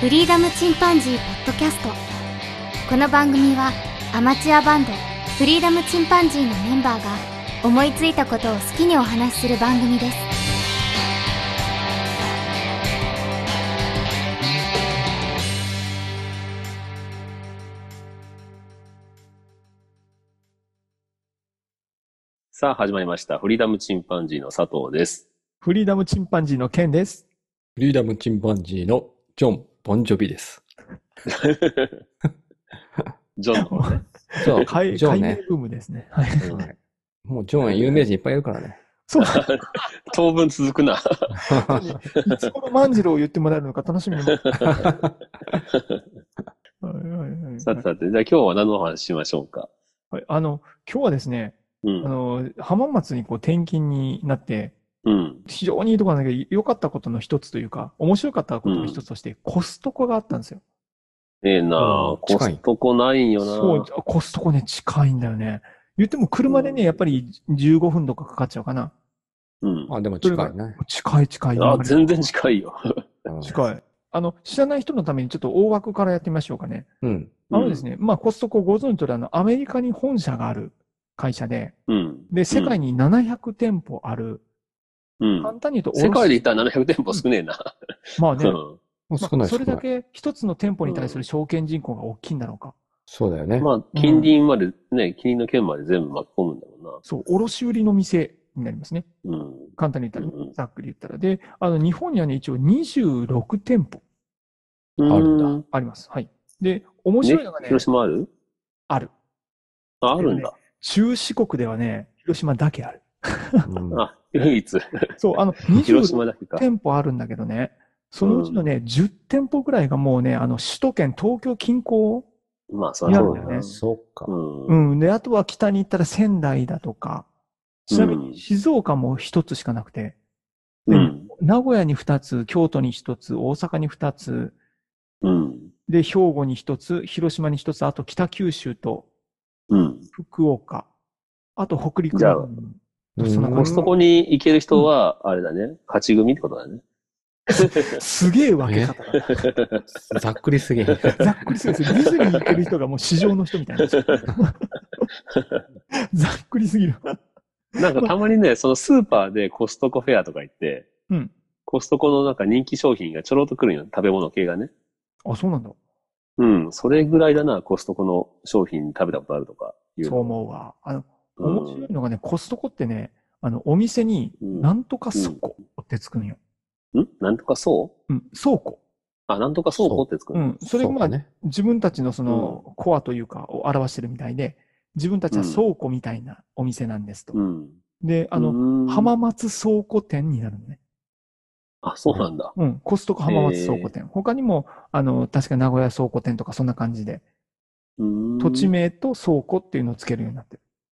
フリーダムチンパンジーポッドキャスト。この番組はアマチュアバンドフリーダムチンパンジーのメンバーが思いついたことを好きにお話しする番組です。 さあ始まりました。フリーダムチンパンジーの佐藤です。 フリーダムチンパンジーのケンです。 フリーダムチンパンジーのジョン・ボンジョビです。 ジョンの方ね。 そう、 解ジョンね。 明ブームですね。はい。 もうジョンは有名人いっぱいいるからね。 そう。 当分続くな。 いつ頃万次郎を言ってもらえるのか楽しみに。 さてさて、じゃあ今日は何のお話しましょうか。 はい、今日はですね、浜松に転勤になって、非常にいいところなんだけど、良かったことの一つというか、面白かったことの一つとして、コストコがあったんですよ。 ええなぁ、コストコないんよな。 そう、コストコね、近いんだよね。言っても車でね、やっぱり15分とかかかっちゃうかな。 あ、でも近いね。 近い。 あ、全然近いよ。 近い。知らない人のためにちょっと大枠からやってみましょうかね。ですね、コストコご存知とおりアメリカに本社がある会社で、で、世界に700店舗ある。簡単に言うと、 世界で言ったら700店舗少ねえな。 まあね。 少ない。 それだけ一つの店舗に対する証券人口が大きいんだろうか。 そうだよね。 まあ、近隣までね、近隣の県まで全部巻き込むんだもんな。 そう、卸売の店になりますね。簡単に言ったら、ざっくり言ったら。で、日本にはね、一応26店舗。 あるんだ。 あります。はい。で、面白いのがね。 広島ある？ ある。 あるんだ。 中四国ではね、広島だけある。 あ、唯一。 そう、26店舗あるんだけどね、そのうちのね、10店舗ぐらいがもうね、首都圏、東京近郊にあるんだよね。 そうか。 で、あとは北に行ったら仙台だとか、ちなみに静岡も一つしかなくて、名古屋に2つ、京都に1つ、大阪に2つ、で、兵庫に1つ、広島に1つ、あと北九州と、福岡、あと北陸の。 コストコに行ける人は、あれだね、勝ち組ってことだね。 すげえ分け方だ。ざっくりすぎ。 ざっくりすぎです。ディズニー行ける人がもう市場の人みたいな。ざっくりすぎる。 なんかたまにね、そのスーパーでコストコフェアとか行って、コストコのなんか人気商品がちょろっと来るんよ、食べ物系がね。 あ、そうなんだ。 それぐらいだな、コストコの商品食べたことあるとかいう。 そう思うわ。面白いのがね、コストコってね、お店に、なんとか倉庫ってつくんよ。 なんとか倉庫。 あ、なんとか倉庫ってつくんそれが自分たちのその、コアというか、を表してるみたいで、自分たちは倉庫みたいなお店なんですと。で、浜松倉庫店になるのね。 あ、そうなんだ。 コストコ浜松倉庫店。他にも、確か名古屋倉庫店とかそんな感じで、土地名と倉庫っていうのをつけるようになってる。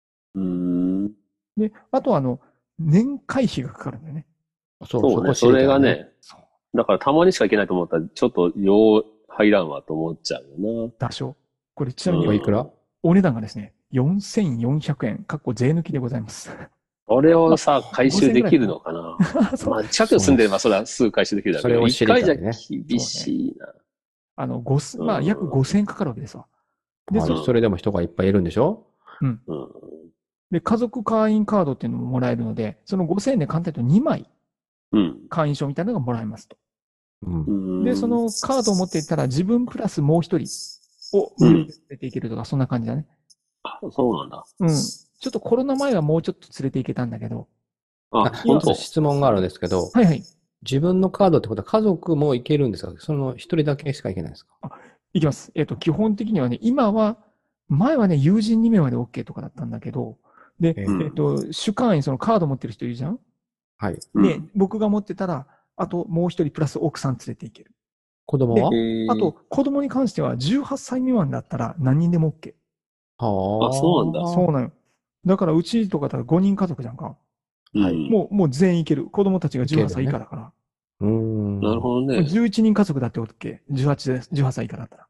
で、あと年会費がかかるんだよね。 そうね、それがね、だからたまにしか行けないと思ったら、ちょっとよう入らんわと思っちゃうよな。 多少。これちなみに、 おいくら？ お値段がですね、4400円、税抜きでございます。 これをさ、回収できるのかな？まあ、近くに住んでればそれはすぐ回収できるだけど、1回じゃ厳しいな。 約5000円かかるわけですわ。 で、それでも人がいっぱいいるんでしょ？ で、家族会員カードっていうのももらえるので、その5000円で簡単に言うと2枚、会員証みたいなのがもらえますと。で、そのカードを持っていったら自分プラスもう一人を連れていけるとか、そんな感じだね。 あ、そうなんだ。 ちょっとコロナ前はもうちょっと連れて行けたんだけど。 本当質問があるんですけど。 はいはい。 自分のカードってことは家族も行けるんですか？その一人だけしか行けないんですか？ 行きます。基本的にはね、前はね、友人2名まで OK とかだったんだけど、で、主会員、そのカード持ってる人いるじゃん？ はい。 で、僕が持ってたら、あともう一人プラス奥さん連れて行ける。 子供は？ あと、子供に関しては18歳未満だったら何人でも OK。 あ、そうなんだ。 そうなの。だから、うちとかだったら5人家族じゃんか。 はい。 もう全員いける。子供たちが18歳以下だから。 なるほどね。 11人家族だって OK。18歳以下だったら。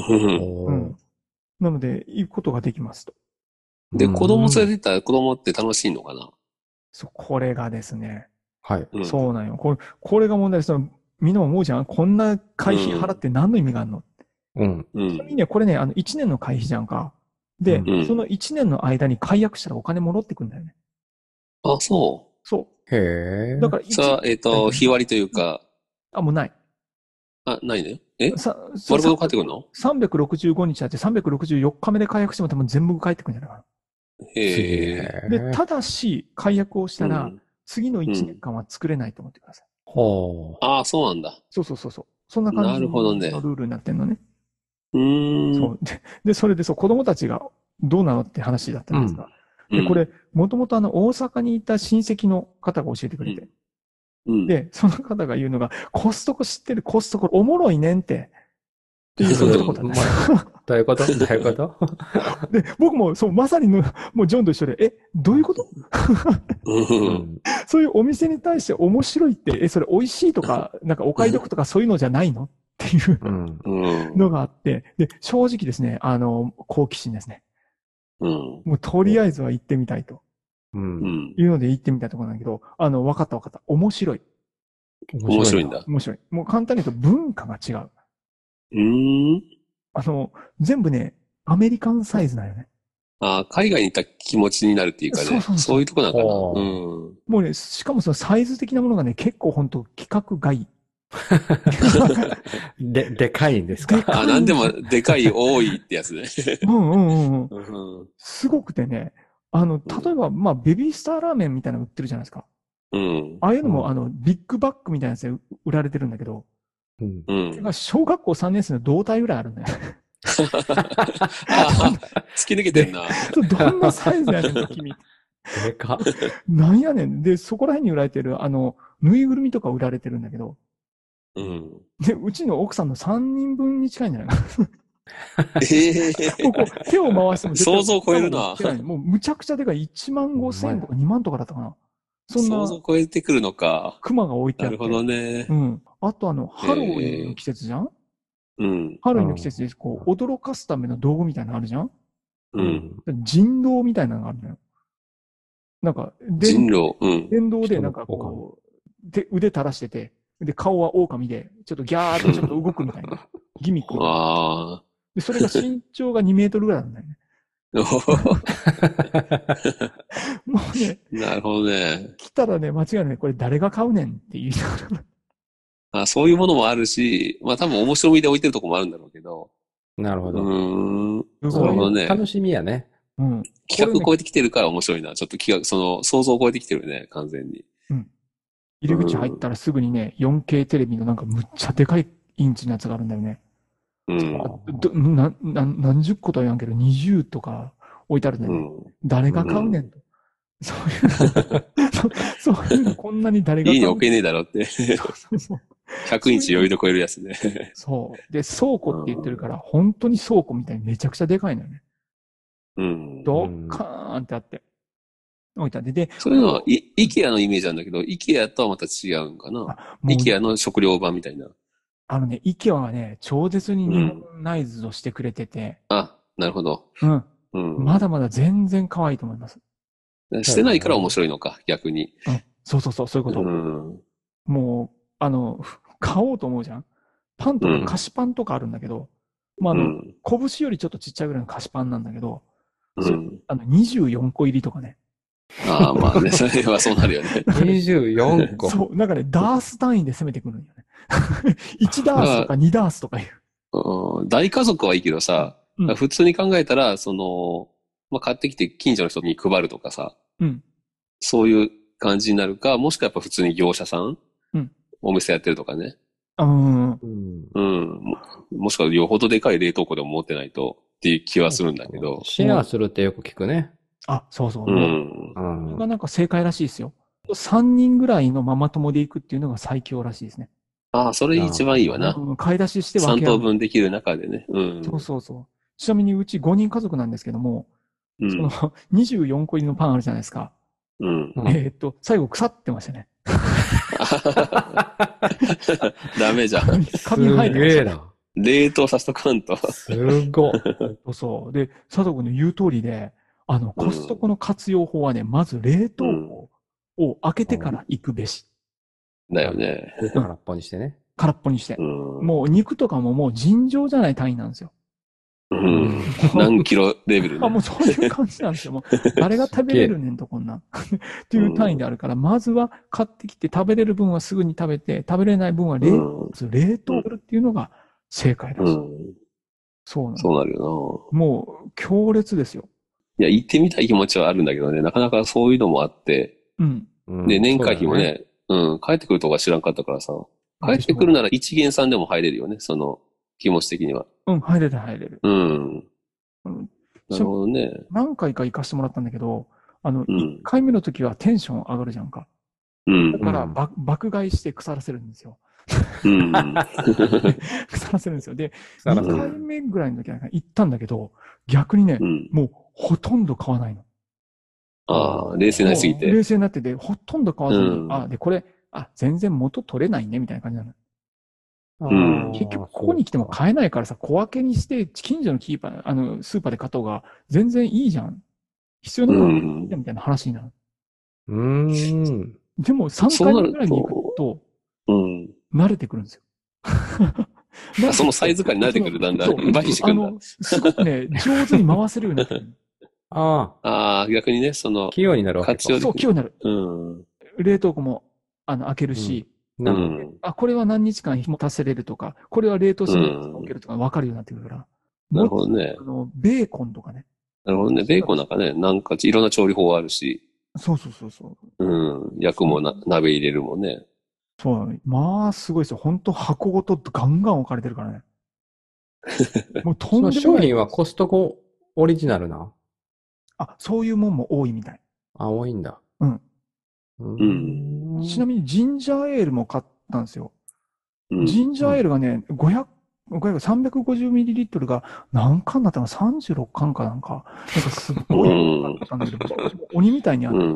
なので、行くことができますと。 で、子供連れて行ったら子供って楽しいのかな？ そう、これがですね。 はい。 そうなんよ。これが問題です。 みんな思うじゃん。こんな会費払って何の意味があるの？ うん。 ちなみにね、これね、1年の会費じゃんか。で、その1年の間に解約したらお金戻ってくんだよね。 あ、そう。 そう。 へえ。 だからさあ、日割りというか。 あ、もうない。 あ、ないね。丸ごと返ってくるの ?365 日あって364日目で解約しても多分全部返ってくるんじゃないかな。 へえ。 で、ただし、解約をしたら、次の1年間は作れないと思ってください。 ほう。ああ、そうなんだ。 そう。そんな感じのルールになってんのね。そう。で、それで子供たちがどうなのって話だったんですが。で、これ、もともと大阪にいた親戚の方が教えてくれて。で、その方が言うのが、コストコ知ってる？コストコおもろいねんって。っていう一言なんですよ。 どういうことで、僕も、まさにもうジョンと一緒で、どういうことそういうお店に対して面白いって、それ美味しいとか、なんかお買い得とかそういうのじゃないのっていうのがあって、で、正直ですね、好奇心ですね。もうとりあえずは行ってみたいと。いうので行ってみたいところなんだけど、わかった。面白い。 面白いんだ。 面白い。もう簡単に言うと文化が違う。全部ね、アメリカンサイズだよね。 ああ、海外に行った気持ちになるっていうかね。そういうとこなんかな。もうね、しかもそのサイズ的なものがね、結構本当規格外。 でかいんですか？ あ、なんでもでかい多いってやつね。 すごくてね、例えば、ベビースターラーメンみたいなの売ってるじゃないですか。ああいうのも、ビッグバッグみたいなやつで売られてるんだけど、小学校3年生の胴体ぐらいあるんだよ。 突き抜けてんな。 どんなサイズやねん、君。 でか。 なんやねん。で、そこら辺に売られてる、ぬいぐるみとか売られてるんだけど、で、うちの奥さんの3人分に近いんじゃないかな。もうこう手を回しても想像超えるな。 もうむちゃくちゃでかい1万5,000円とか2万とかだったかな。 そんな。想像超えてくるのか。 熊が置いてあって。 なるほどね。 あとハロウィンの季節じゃん？ハロウィンの季節で、驚かすための道具みたいなのあるじゃん？人狼みたいなのがあるのよ。なんか、 人狼。 電動でなんか腕垂らしてて、で、顔は狼で、ちょっとギャーってちょっと動くみたいなギミック。で、それが身長が2メートルぐらいなんだよね。もうね。 なるほどね。 来たらね、間違いない。これ誰が買うねんって言いながら。そういうものもあるし、多分面白みで置いてるとこもあるんだろうけど。 なるほど。 なるほどね。 楽しみやね。 企画を超えてきてるから面白いな。ちょっと想像を超えてきてるね、完全に。 入り口入ったらすぐにね、4K テレビのなんかむっちゃでかいインチのやつがあるんだよね。何十個とは言わんけど、20とか置いてあるんだよね。誰が買うねんと。そういうのこんなに誰が買うねん。 いいに置けねえだろって。100インチ余裕で超えるやつね。 そう。で、倉庫って言ってるから、本当に倉庫みたいにめちゃくちゃでかいのよね。ドッカーンってあって。置いてあって。で、 そういうのは、イケアのイメージなんだけど、イケアとはまた違うんかな。イケアの食料版みたいな。 イケアはね、超絶に日本ナイズをしてくれてて。 なるほど。 まだまだ全然可愛いと思います。 してないから面白いのか、逆に。 そういうこと。もう、買おうと思うじゃん。パンとか菓子パンとかあるんだけど、拳よりちょっとちっちゃいぐらいの菓子パンなんだけど、24個入りとかね。 まあね、それはそうなるよね。 24個。 そう、なんかね、ダース単位で攻めてくるんよね。1ダースとか2ダースとかいう。 大家族はいいけどさ、普通に考えたら、買ってきて近所の人に配るとかさ、そういう感じになるか、もしくはやっぱ普通に業者さん、お店やってるとかね。もしくはよほどでかい冷凍庫でも持ってないとっていう気はするんだけど。 シェアするってよく聞くね。 そう。それがなんか正解らしいですよ。3人ぐらいのママ友で行くっていうのが最強らしいですね。 それ一番いいわな。 買い出しして 3等分できる中でね。 そう。ちなみにうち5人家族なんですけども、その24個入りのパンあるじゃないですか。最後腐ってましたね。 ダメじゃん。 カビ生えてましたね。 冷凍させとかんと。 すごい。 そう。で、佐藤君の言う通りで、コストコの活用法はね、まず冷凍庫を開けてから行くべし。 だよね。 空っぽにしてね。 空っぽにして。もう肉とかももう尋常じゃない単位なんですよ。 何キロレベルね。 もうそういう感じなんですよ。もう誰が食べれるねんとこんなん。っていう単位であるから、まずは買ってきて食べれる分はすぐに食べて、食べれない分は冷凍するっていうのが正解だし。そうなんです。 そうなるよな。もう強烈ですよ。 いや、行ってみたい気持ちはあるんだけどね、なかなかそういうのもあって。で、年会費もね、帰ってくるとか知らんかったからさ。帰ってくるなら一元さんでも入れるよね、その気持ち的には。 入れる。なるほどね。 何回か行かしてもらったんだけど、1回目の時はテンション上がるじゃんか。だから、爆買いして腐らせるんですよ。腐らせるんですよ。で、2回目ぐらいの時は行ったんだけど、逆にね、もうほとんど買わないの。 ああ、冷静になりすぎて。 冷静になってて、ほとんど買わずに、で、これ、全然元取れないね、みたいな感じなの。結局、ここに来ても買えないからさ、小分けにして、近所のスーパーで買った方が全然いいじゃん。必要なものみたいな話になる。でも、3回目ぐらいに行くと、慣れてくるんですよ。 そのサイズ感に慣れてくる、だんだん。麻痺してくるんだ。 すごくね、上手に回せるようになってる。 逆にね、 器用になるわけか。 そう、器用になる。冷凍庫も、開けるし、これは何日間も足せれるとか、これは冷凍するとか置けるとか分かるようになってくるから。 なるほどね。 ベーコンとかね。 なるほどね。ベーコンなんかね、なんかいろんな調理法あるし。 そう。 焼くも鍋入れるもんね。 そう。まあ、すごいですよ。本当箱ごとガンガン置かれてるからね。 もうとんでもない。その商品はコストコオリジナルな？ そういうもんも多いみたい。 多いんだ。 ちなみにジンジャーエールも買ったんですよ。ジンジャーエールがね、350ml が何缶だったの ?36 缶かなんか。なんかすごいあったんだけど、鬼みたいにあって、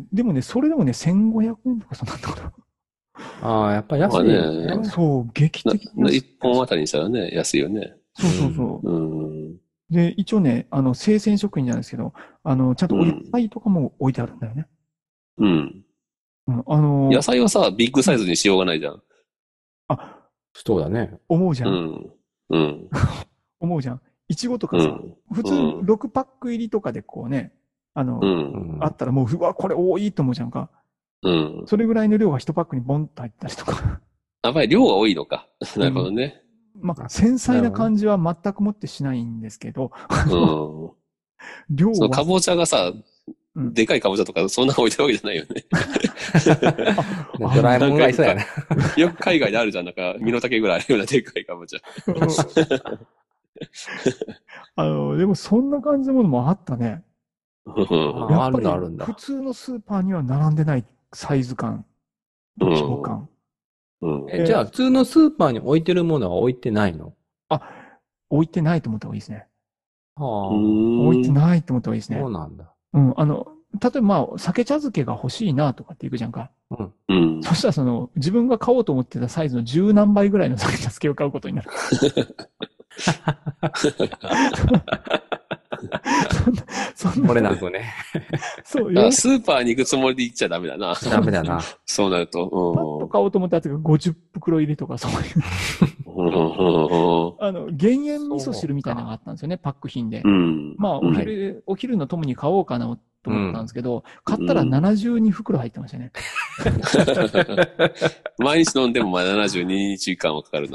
でもね、それでもね、1500円とかそんなんだから。 やっぱり安いよね。 そう、劇的に。 1本あたりにしたらね、安いよね。 そう。で、一応ね、生鮮食品じゃないですけど、ちゃんとお野菜とかも置いてあるんだよね。 野菜はさ、ビッグサイズにしようがないじゃん。 そうだね。 思うじゃん。思うじゃん。いちごとかさ、普通6パック入りとかでこうね、あったらもう、うわ、これ多いと思うじゃんか。それぐらいの量が1パックにボンと入ったりとか。 やっぱり量が多いのか。なるほどね。 繊細な感じは全くもってしないんですけど。量は。 かぼちゃがさ、でかいかぼちゃとか、そんな置いてるわけじゃないよね。 ドラえもんがいそうやな。 よく海外であるじゃん。なんか、身の丈ぐらいあるようなでかいかぼちゃ。 でもそんな感じのものもあったね。 やっぱり普通のスーパーには並んでないサイズ感、規模感。 じゃあ、普通のスーパーに置いてるものは置いてないの？ 置いてないと思った方がいいですね。 置いてないと思った方がいいですね。 そうなんだ。 例えば酒茶漬けが欲しいなとかって言うじゃんか。そしたら自分が買おうと思ってたサイズの10何倍ぐらいの酒茶漬けを買うことになる。 これなんかね。 そう。スーパーに行くつもりで行っちゃダメだな。 ダメだな。 そうなると。 パッと買おうと思ったやつが50袋入りとかそういう。減塩味噌汁みたいなのがあったんですよね、パック品で。お昼のともに買おうかなと思ったんですけど、買ったら72袋入ってましたね。 毎日飲んでも72日間はかかるな。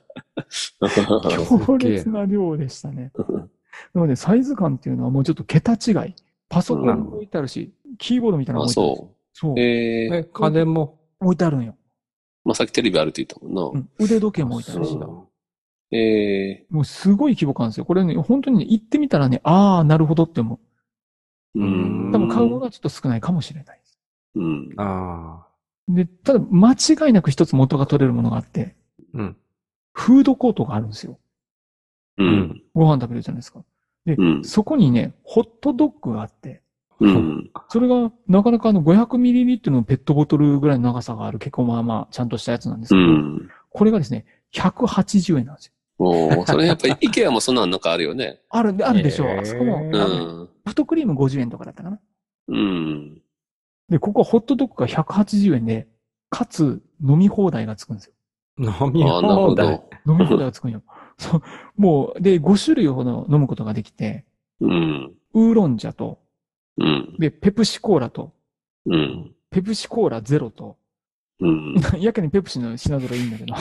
強烈な量でしたね。なので、サイズ感っていうのはもうちょっと桁違い。パソコン置いてあるし、キーボードみたいなの置いてあるし。 そう。 家電も置いてあるんよ。 さっきテレビあるって言ったもんな。 腕時計も置いてあるし。 もうすごい規模感ですよ。これね、本当にね、行ってみたらね、なるほどって思う。多分買うものはちょっと少ないかもしれないです。で、ただ間違いなく一つ元が取れるものがあって、フードコートがあるんですよ。ご飯食べるじゃないですか。で、そこにね、ホットドッグがあって、それがなかなか500ml のペットボトルぐらいの長さがある結構ちゃんとしたやつなんですけど、これがですね、180円なんですよ。 それやっぱり、イケアもそんなのなんかあるよね。 あるでしょう。あそこも、ソフトクリーム50円とかだったかな。で、ここはホットドッグが180円で、かつ飲み放題がつくんですよ。 飲み放題。 飲み放題がつくんよ。そう。もう、で、5種類ほど飲むことができて、 うん。 ウーロン茶と、 うん。 で、ペプシコーラと、 うん。 ペプシコーラゼロと、 うん。 やけにペプシの品揃えいいんだけど。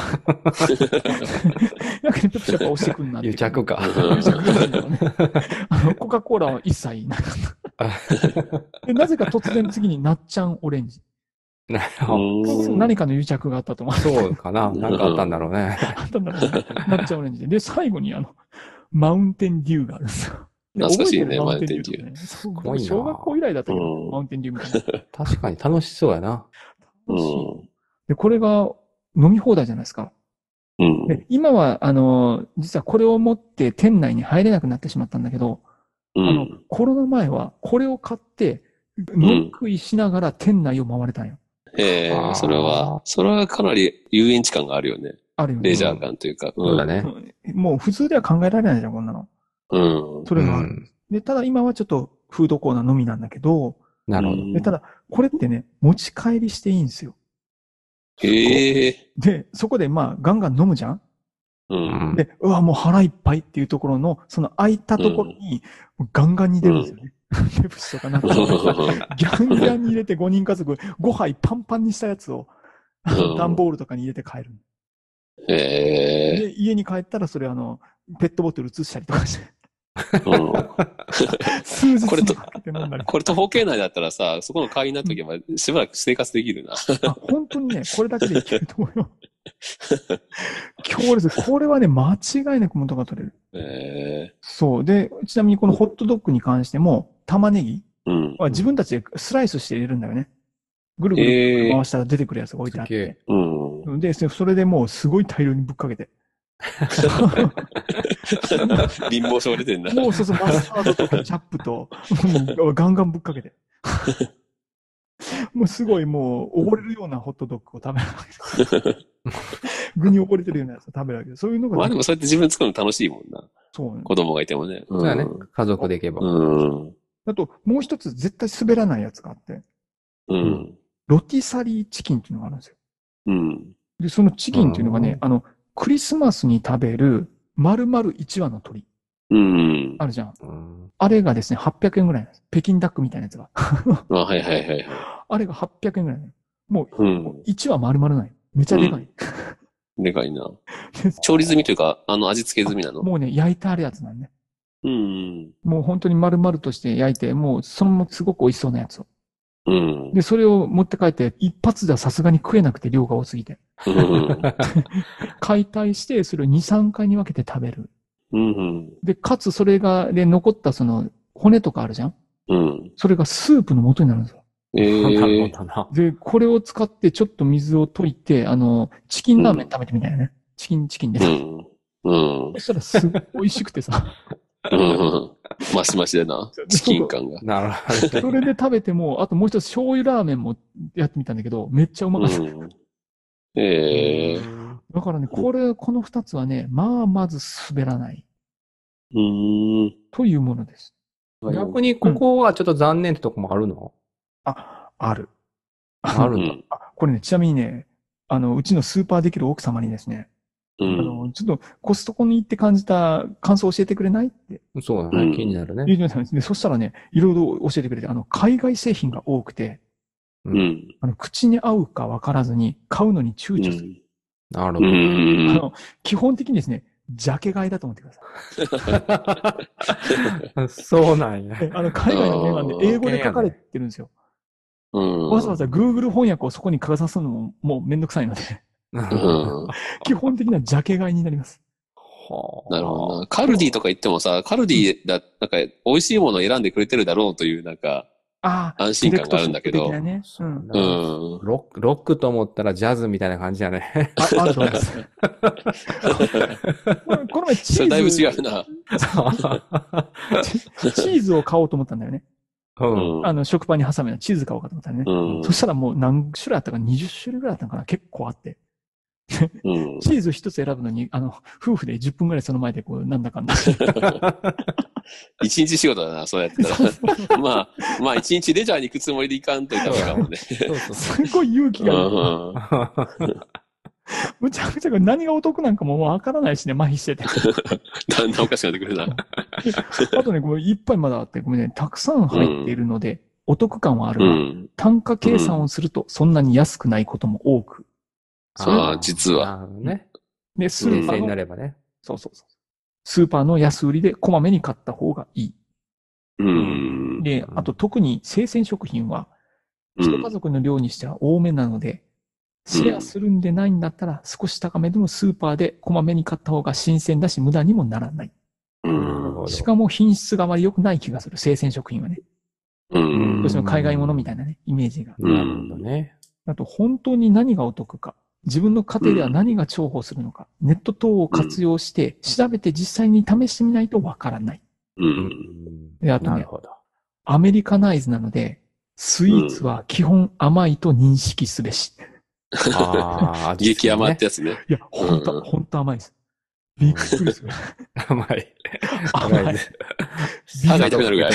やけにペプシやっぱ押してくんなって。 癒着か。 癒着がいいんだよね。コカ・コーラは一切なかった。で、なぜか突然次になっちゃんオレンジ。 なるほど。 何かの癒着があったと思う。 そうかな。なんかあったんだろうね。 あったんだろうね。なっちゃんオレンジで。で、最後にマウンテンデューがあるんですよ。 懐かしいね、マウンテンデュー。 そう、小学校以来だったけど、マウンテンデューみたいな。 確かに楽しそうやな。 楽しい。で、これが飲み放題じゃないですか。 うん。 で、今は、実はこれを持って店内に入れなくなってしまったんだけど、コロナ前はこれを買って、飲み食いしながら店内を回れたんよ。 それはかなり遊園地感があるよね。 あるよね。 レジャー感というか。 そうだね。 もう普通では考えられないじゃん、こんなの。 うん。 それがある。で、ただ今はちょっとフードコーナーのみなんだけど、 なるほど。 で、ただ、これってね、持ち帰りしていいんですよ。で、そこでまあ、ガンガン飲むじゃん。 うん。 で、うわ、もう腹いっぱいっていうところの、その空いたところに、ガンガンに出るんですよね。ペプシとかなんか、ギャンギャンに入れて5人家族5杯パンパンにしたやつを、段ボールとかに入れて帰る。で、家に帰ったらそれペットボトル移したりとかして。数日にかけて飲んだり。 これ徒歩圏内だったらさ、そこの会員になっとけばしばらく生活できるな。 本当にね、これだけでいけると思うよ。強烈。これはね、間違いなく元が取れる。そう。で、ちなみにこのホットドッグに関しても、玉ねぎは自分たちでスライスして入れるんだよね。ぐるぐる回したら出てくるやつが置いてあって。で、それでもうすごい大量にぶっかけて。 貧乏症出てんな。 もうそう、マスタードとケチャップと、ガンガンぶっかけて。もうすごいもう、溺れるようなホットドッグを食べるわけです。具に溺れてるようなやつを食べるわけです。そういうのが。 まあでもそうやって自分作るの楽しいもんな。 そうね。 子供がいてもね。 そうだね。家族で行けば。 あと、もう一つ絶対滑らないやつがあって。ロティサリーチキンっていうのがあるんですよ。で、そのチキンっていうのがね、クリスマスに食べる丸々1羽の鳥。あるじゃん。あれがですね、800円ぐらいなんです。北京ダックみたいなやつが。 はいはいはい。 あれが800円ぐらい、ね。もう、1羽丸々ない。めちゃでかい。 でかいな。調理済みというか、味付け済みなの？ もうね、焼いてあるやつなんね。もう本当に丸々として焼いて、もうそのまますごく美味しそうなやつを。で、それを持って帰って、一発ではさすがに食えなくて量が多すぎて。解体して、それを2、3回に分けて食べる。で、かつそれが、で、残ったその、骨とかあるじゃん。それがスープの元になるんですよ。で、これを使ってちょっと水を溶いて、チキンラーメン食べてみたいなね。チキンで。そしたらすごい美味しくてさ。 マシマシだな。チキン感が。 なるほど。 それで食べても、あともう一つ醤油ラーメンもやってみたんだけど、めっちゃうまかった。だからね、この二つはね、まず滑らない。というものです。 逆にここはちょっと残念ってとこもあるの？ ある。 あるんだ。 これね、ちなみにね、うちのスーパーできる奥様にですね、ちょっとコストコに行って感じた感想を教えてくれないって。 そうだね。気になるね。 で、そしたらね、いろいろ教えてくれて、海外製品が多くて、口に合うか分からずに買うのに躊躇する。 なるほど。 基本的にですね、ジャケ買いだと思ってください。そうなんや。 海外のメガネで英語で書かれてるんですよ。わざわざ Google 翻訳をそこにかざすのももうめんどくさいので。基本的なジャケ買いになります。 なるほどな。カルディとか言ってもさ、カルディなんか美味しいものを選んでくれてるだろうというなんか、安心感があるんだけど。 ね、 ロックと思ったらジャズみたいな感じだね。 あると思います。この前チーズ。 だいぶ違うな。 チーズを買おうと思ったんだよね。食パンに挟むようなチーズ買おうかと思ったらね。そしたらもう何種類あったか20種類ぐらいあったのかな。結構あって。チーズ一つ選ぶのに、夫婦で10分ぐらいその前でこう、なんだかんだ。 一日仕事だな、そうやってたら。まあ一日レジャーに行くつもりで行かんといた方がもね。 すごい勇気がある。 むちゃくちゃ何がお得なんかもわからないしね、麻痺してて。 だんだんおかしくなってくるな。 あとね、これいっぱいまだあって、ごめんね、たくさん入っているので、お得感はあるが、単価計算をするとそんなに安くないことも多く。 ああ、実は。 ね。 で、スーパーになればね。 そう。スーパーの安売りでこまめに買った方がいい。で、あと特に生鮮食品は、一家族の量にしては多めなので、シェアするんでないんだったら、少し高めでもスーパーでこまめに買った方が新鮮だし、無駄にもならない。しかも品質があまり良くない気がする、生鮮食品はね。どうしても海外ものみたいなね、イメージが。 なるほどね。 あと、本当に何がお得か。自分の家庭では何が重宝するのか。ネット等を活用して、調べて実際に試してみないとわからない。で、あとね、アメリカナイズなので、スイーツは基本甘いと認識すべし。 ああ、激甘ってやつね。 いや、ほんと甘いです。びっくりする。 甘い。 甘い。 歯が痛くなるぐらい。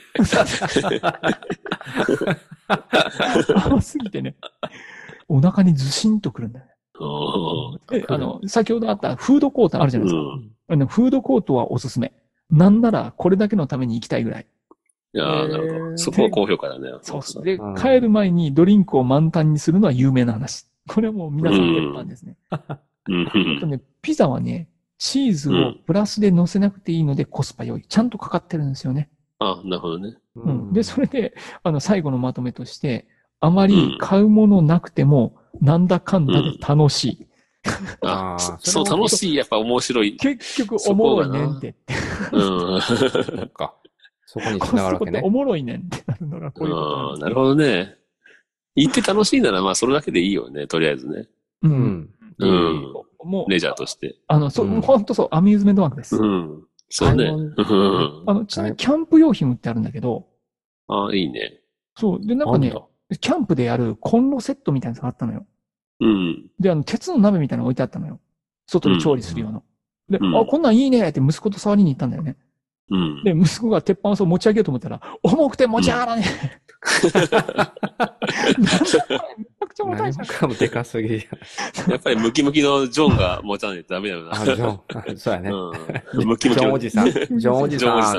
甘すぎてね、お腹にずしんとくるんだよね。先ほどあったフードコートあるじゃないですか。フードコートはおすすめ。なんならこれだけのために行きたいぐらい。 いやなるほど。そこは高評価だね。 そう。で、帰る前にドリンクを満タンにするのは有名な話。これはもう皆さん鉄板ですね。ピザはね、チーズをプラスで乗せなくていいのでコスパ良い。ちゃんとかかってるんですよね。 あ、なるほどね。 で、それで、最後のまとめとして、あまり買うものなくても、なんだかんだで楽しい。 そう、楽しい、やっぱ面白い。 結局、おもろいねんって。 そっか。そこに繋がるわけね。 おもろいねんってなるのがこういうことなんです。 なるほどね。行って楽しいなら、まあ、それだけでいいよね、とりあえずね。もう、レジャーとして。 ほんとそう、アミューズメントワークです。 そうね。 ちなみにキャンプ用品売ってあるんだけど。 ああ、いいね。 そう。で、なんかね、キャンプでやるコンロセットみたいなのがあったのよ。で、鉄の鍋みたいなの置いてあったのよ。外で調理するような。で、こんなんいいねって息子と触りに行ったんだよね。で、息子が鉄板をそう持ち上げようと思ったら、重くて持ち上がらねえ。めちゃくちゃ重たいじゃん。 なんかもでかすぎ。 やっぱりムキムキのジョンが持たないとダメだよな。 ジョン。そうやね。 ムキムキ。 ジョンおじさん。ジョンおじさん。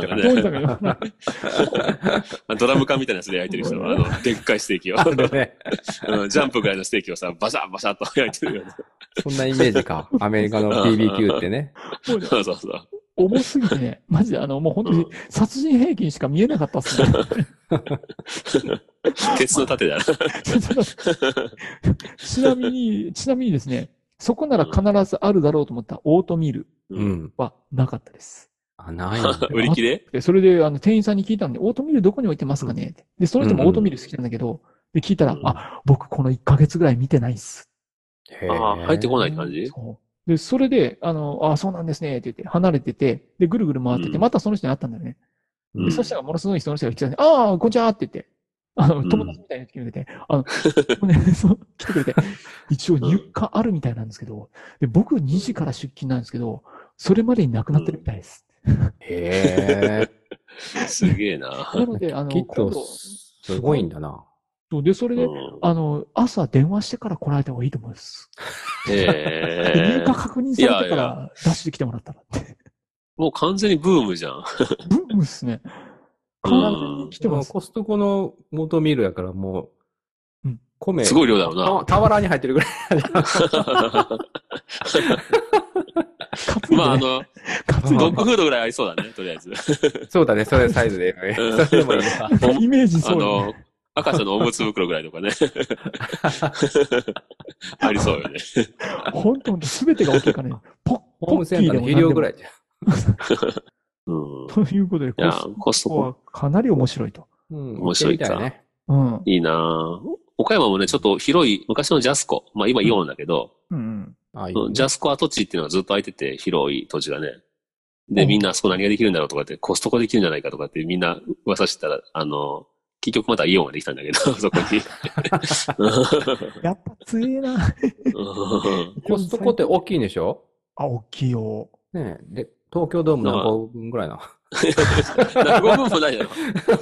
ドラム缶みたいなやつで焼いてる人は、でっかいステーキを。ジャンプぐらいのステーキをさ、バシャバシャっと焼いてるよね。 そんなイメージか。アメリカの BBQ ってね。 そう。 重すぎてね、マジでもう本当に殺人兵器にしか見えなかったっすね。 鉄の盾だな。 ちなみにですね、そこなら必ずあるだろうと思ったオートミールはなかったです。 ないんだ。 売り切れ？ それで店員さんに聞いたんで、オートミールどこに置いてますかね？で、その人もオートミール好きなんだけど、で、聞いたら、僕この1ヶ月ぐらい見てないっす。 入ってこない感じ？ で、それで、そうなんですね、って言って、離れてて、で、ぐるぐる回ってて、またその人に会ったんだよね。で、そしたら、ものすごい人の人が来てたんで、こんにちはって言って、友達みたいな人来てくれて、来てくれて、一応入荷あるみたいなんですけど、で、僕2時から出勤なんですけど、それまでになくなってるみたいです。 へー。すげえな。 なので、 きっと、すごいんだな。 で、それで、朝電話してから来られた方がいいと思います。入荷確認されてからダッシュで来てもらったらって。 もう完全にブームじゃん。 ブームっすね。完全に来てます。 コストコのモートミールやからもう、米。 すごい量だろうな。 俵に入ってるぐらい。 まあドッグフードぐらいありそうだね、とりあえず。 そうだね、それサイズで。それでもいいわ。 イメージそう。 赤ちゃんのおむつ袋ぐらいとかね。ありそうよね。 本当すべてが大きいからね。 ホームセンターの肥料ぐらいじゃん。ということで、コストコはかなり面白いと。 面白いか。いいなぁ。岡山もね、ちょっと広い、昔のジャスコ。まあ今イオンだけど、ジャスコ跡地っていうのがずっと空いてて、広い土地がね。で、みんなあそこ何ができるんだろうとかって、コストコできるんじゃないかとかってみんな噂してたら、結局またイオンができたんだけど、そこに。 やっぱ強えな。 コストコって大きいんでしょ？ 大きいよ。 ねえ。で、東京ドーム何個分ぐらいな。 何個分もないだろ。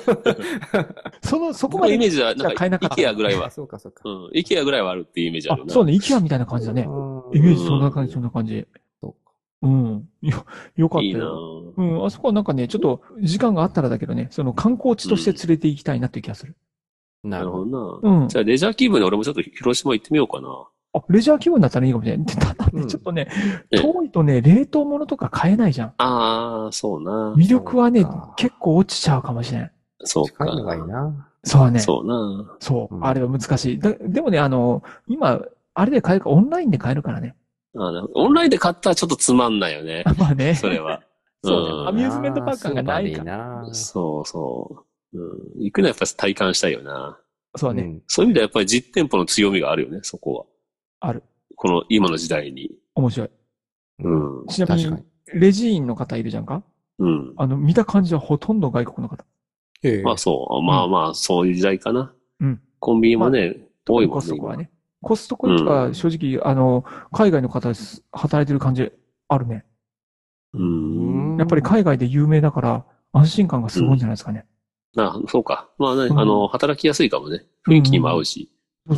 そこまでイメージは、なんか、イケアぐらいは。 そうか。 イケアぐらいはあるっていうイメージあるな。 そうね、イケアみたいな感じだね。 イメージそんな感じ、そんな感じ。うん。よかったよ。 いいなうん、あそこはなんかね、ちょっと時間があったらだけどね、その観光地として連れて行きたいなっていう気がする。 なるほどな。 うん。 じゃあレジャー気分で俺もちょっと広島行ってみようかな。 あ、レジャー気分だったらいいかもしれない。ただね、ちょっとね、遠いとね、冷凍物とか買えないじゃん。 ああ、そうな。 魅力はね、結構落ちちゃうかもしれん。 そうか。 近いのがいいな。 そうね。 そうな。 そう。あれは難しい。でもね、今、あれで買えるか、オンラインで買えるからね。 オンラインで買ったらちょっとつまんないよね。 まあね。 それは。 そうね。アミューズメントパーク感がないから。 そうそう。行くのはやっぱり体感したいよな。 そうね。 そういう意味ではやっぱり実店舗の強みがあるよね、そこは。 ある。 この今の時代に。 面白い。ちなみに、レジ員の方いるじゃんか。見た感じはほとんど外国の方。 まあそう。まあまあ、そういう時代かな。コンビニもね、多いもんね。 コストコはね。コストコとか正直、海外の方働いてる感じあるね。やっぱり海外で有名だから安心感がすごいんじゃないですかね。 そうか。まあね、働きやすいかもね。雰囲気にも合うし。 そう。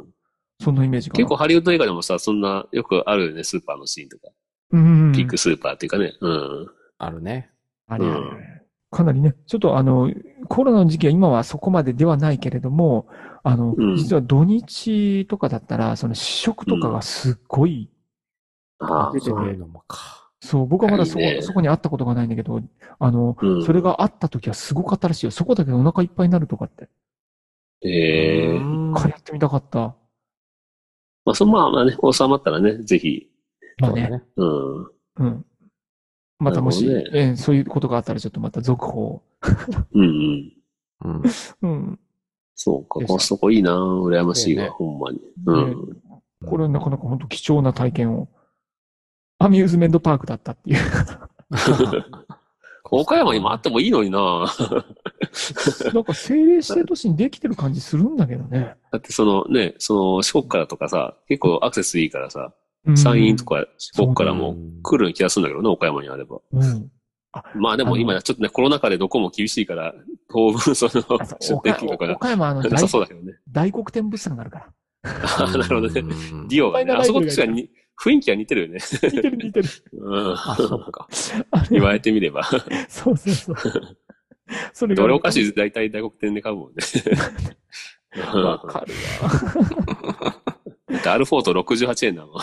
そんなイメージ結構ハリウッド映画でもさ、そんな、よくあるよね、スーパーのシーンとか。ピックスーパーっていうかね。 あるね。 あれ。かなりね、ちょっとコロナの時期は今はそこまでではないけれども、実は土日とかだったら、その試食とかがすっごい出てて、そう、僕はまだそこに会ったことがないんだけど、それがあった時はすごかったらしいよ。そこだけお腹いっぱいになるとかって。一回やってみたかった。 まあね、収まったらね、ぜひ。 まあね。またもし、そういうことがあったらちょっとまた続報。 そうか、コストコいいな、羨ましいわ、ほんまに。 これなかなか本当貴重な体験を。アミューズメントパークだったっていう。 岡山にもあってもいいのにななんか政令指定都市にできてる感じするんだけどね。 だって四国からとかさ、結構アクセスいいからさ、山陰とか四国からも来るような気がするんだけどね、岡山にあれば。まあでも今ちょっとね、コロナ禍でどこも厳しいから、当分出店金とか岡山なさそうだけどね。 大黒天物産があるから。 なるほどね。ディオがね、あそこ確かに雰囲気は似てるよね。 似てる。 そうか。言われてみれば。 そう。 それが。俺お菓子大体大黒天で買うもんね。 わかるわ。アルフォート68円だもん。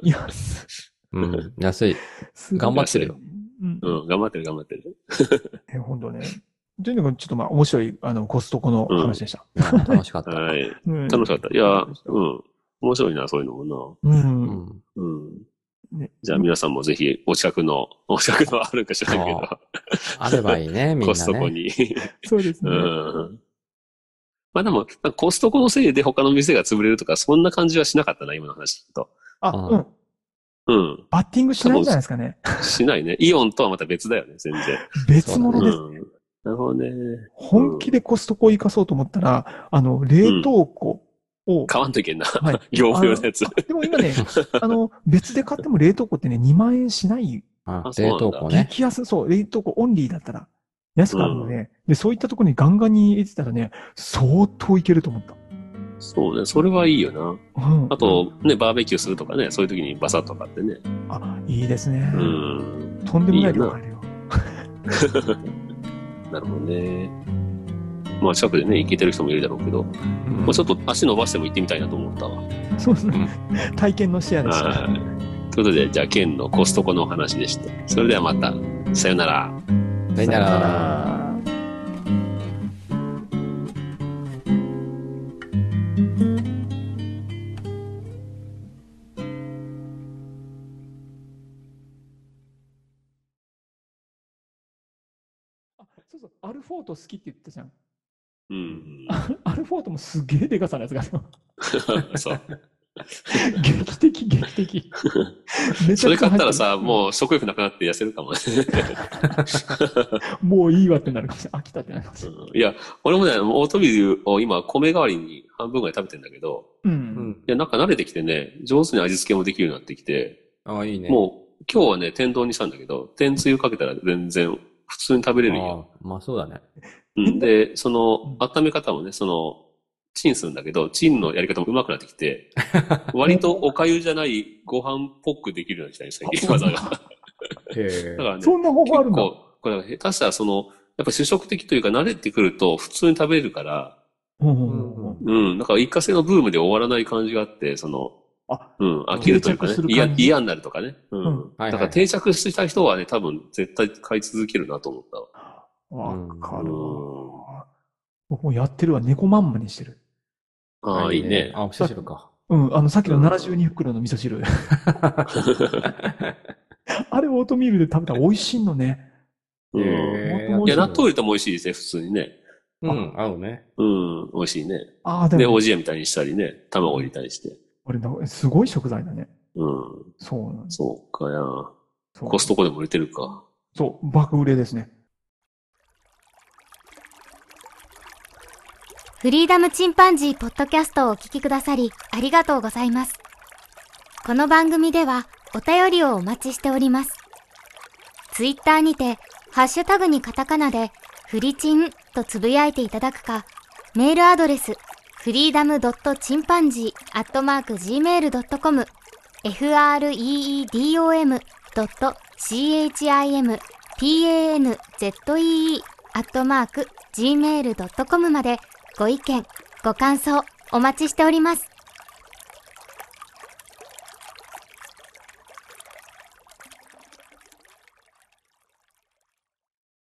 安い。頑張ってるよ。 頑張ってる。 ほんとね。というのがちょっと面白い、コストコの話でした。 楽しかった。 はい。楽しかった。いや、面白いな、そういうのもな。じゃあ皆さんもぜひお近くのあるか知らんけど。 あればいいね、みんなね。 コストコに。 そうですね。 まあでも、コストコのせいで他の店が潰れるとか、そんな感じはしなかったな、今の話と。 バッティングしないんじゃないですかね。 しないね。イオンとはまた別だよね、全然。 別物ですね。 なるほどね。 本気でコストコを生かそうと思ったら、冷凍庫を。 買わんといけんな。業務用のやつ。 でも今ね、別で買っても冷凍庫ってね、2万円しない。 冷凍庫ね。 激安、そう、冷凍庫オンリーだったら安くあるので、で、そういったところにガンガンに入れてたらね、相当いけると思った。 そうね、それはいいよな。あと、ね、バーベキューするとかね、そういう時にバサッと買ってね。 いいですね。とんでもない量買えるよ。 なるほどね。まあ近くでね、行けてる人もいるだろうけど、まあちょっと足伸ばしても行ってみたいなと思ったわ。 そうですね。体験のシェアでした。 ということで、じゃあ、県のコストコのお話でした。それではまた、さよなら。 さよなら。 そう、アルフォート好きって言ったじゃん。 アルフォートもすげえデカさのやつがあるよ。 そう。 劇的。 それ買ったらさ、もう食欲なくなって痩せるかもね。 もういいわってなるかもしれない。飽きたってなるかもしれない。 いや、俺もね、オートミールを今、米代わりに半分ぐらい食べてんだけど、いや、なんか慣れてきてね、上手に味付けもできるようになってきて、 いいね。 もう、今日はね、天丼にしたんだけど、天つゆかけたら全然、普通に食べれるよ。 まあそうだね。 で、温め方もね、 チンするんだけど、チンのやり方も上手くなってきて、割とお粥じゃないご飯っぽくできるようにしたり最近技が。だからね、 そんな方法あるんだ。 結構、これ下手したらやっぱ主食的というか慣れてくると普通に食べれるから、だから一過性のブームで終わらない感じがあって、飽きるというかね、嫌になるとかね。だから定着した人はね、多分絶対買い続けるなと思ったわ。 わかるわ。僕もやってるわ。猫まんまにしてる。 ああ、いいね。 あ、味噌汁か。 さっきの72袋の味噌汁。あれオートミールで食べたら美味しいのね。 いや、納豆入れても美味しいですね、普通にね。 合うね。 美味しいね。 で、 おじやみたいにしたりね、卵入れたりして。 すごい食材だね。 そうなんです。そうかや。コストコでも売れてるか。 そう、爆売れですね。 フリーダムチンパンジーポッドキャストをお聞きくださりありがとうございます。この番組ではお便りをお待ちしております。ツイッターにてハッシュタグにカタカナでフリチンとつぶやいていただくか、メールアドレスfreedom.chimpanzee@gmail.com freedom.chimpanzee@gmail.com までご意見、ご感想お待ちしております。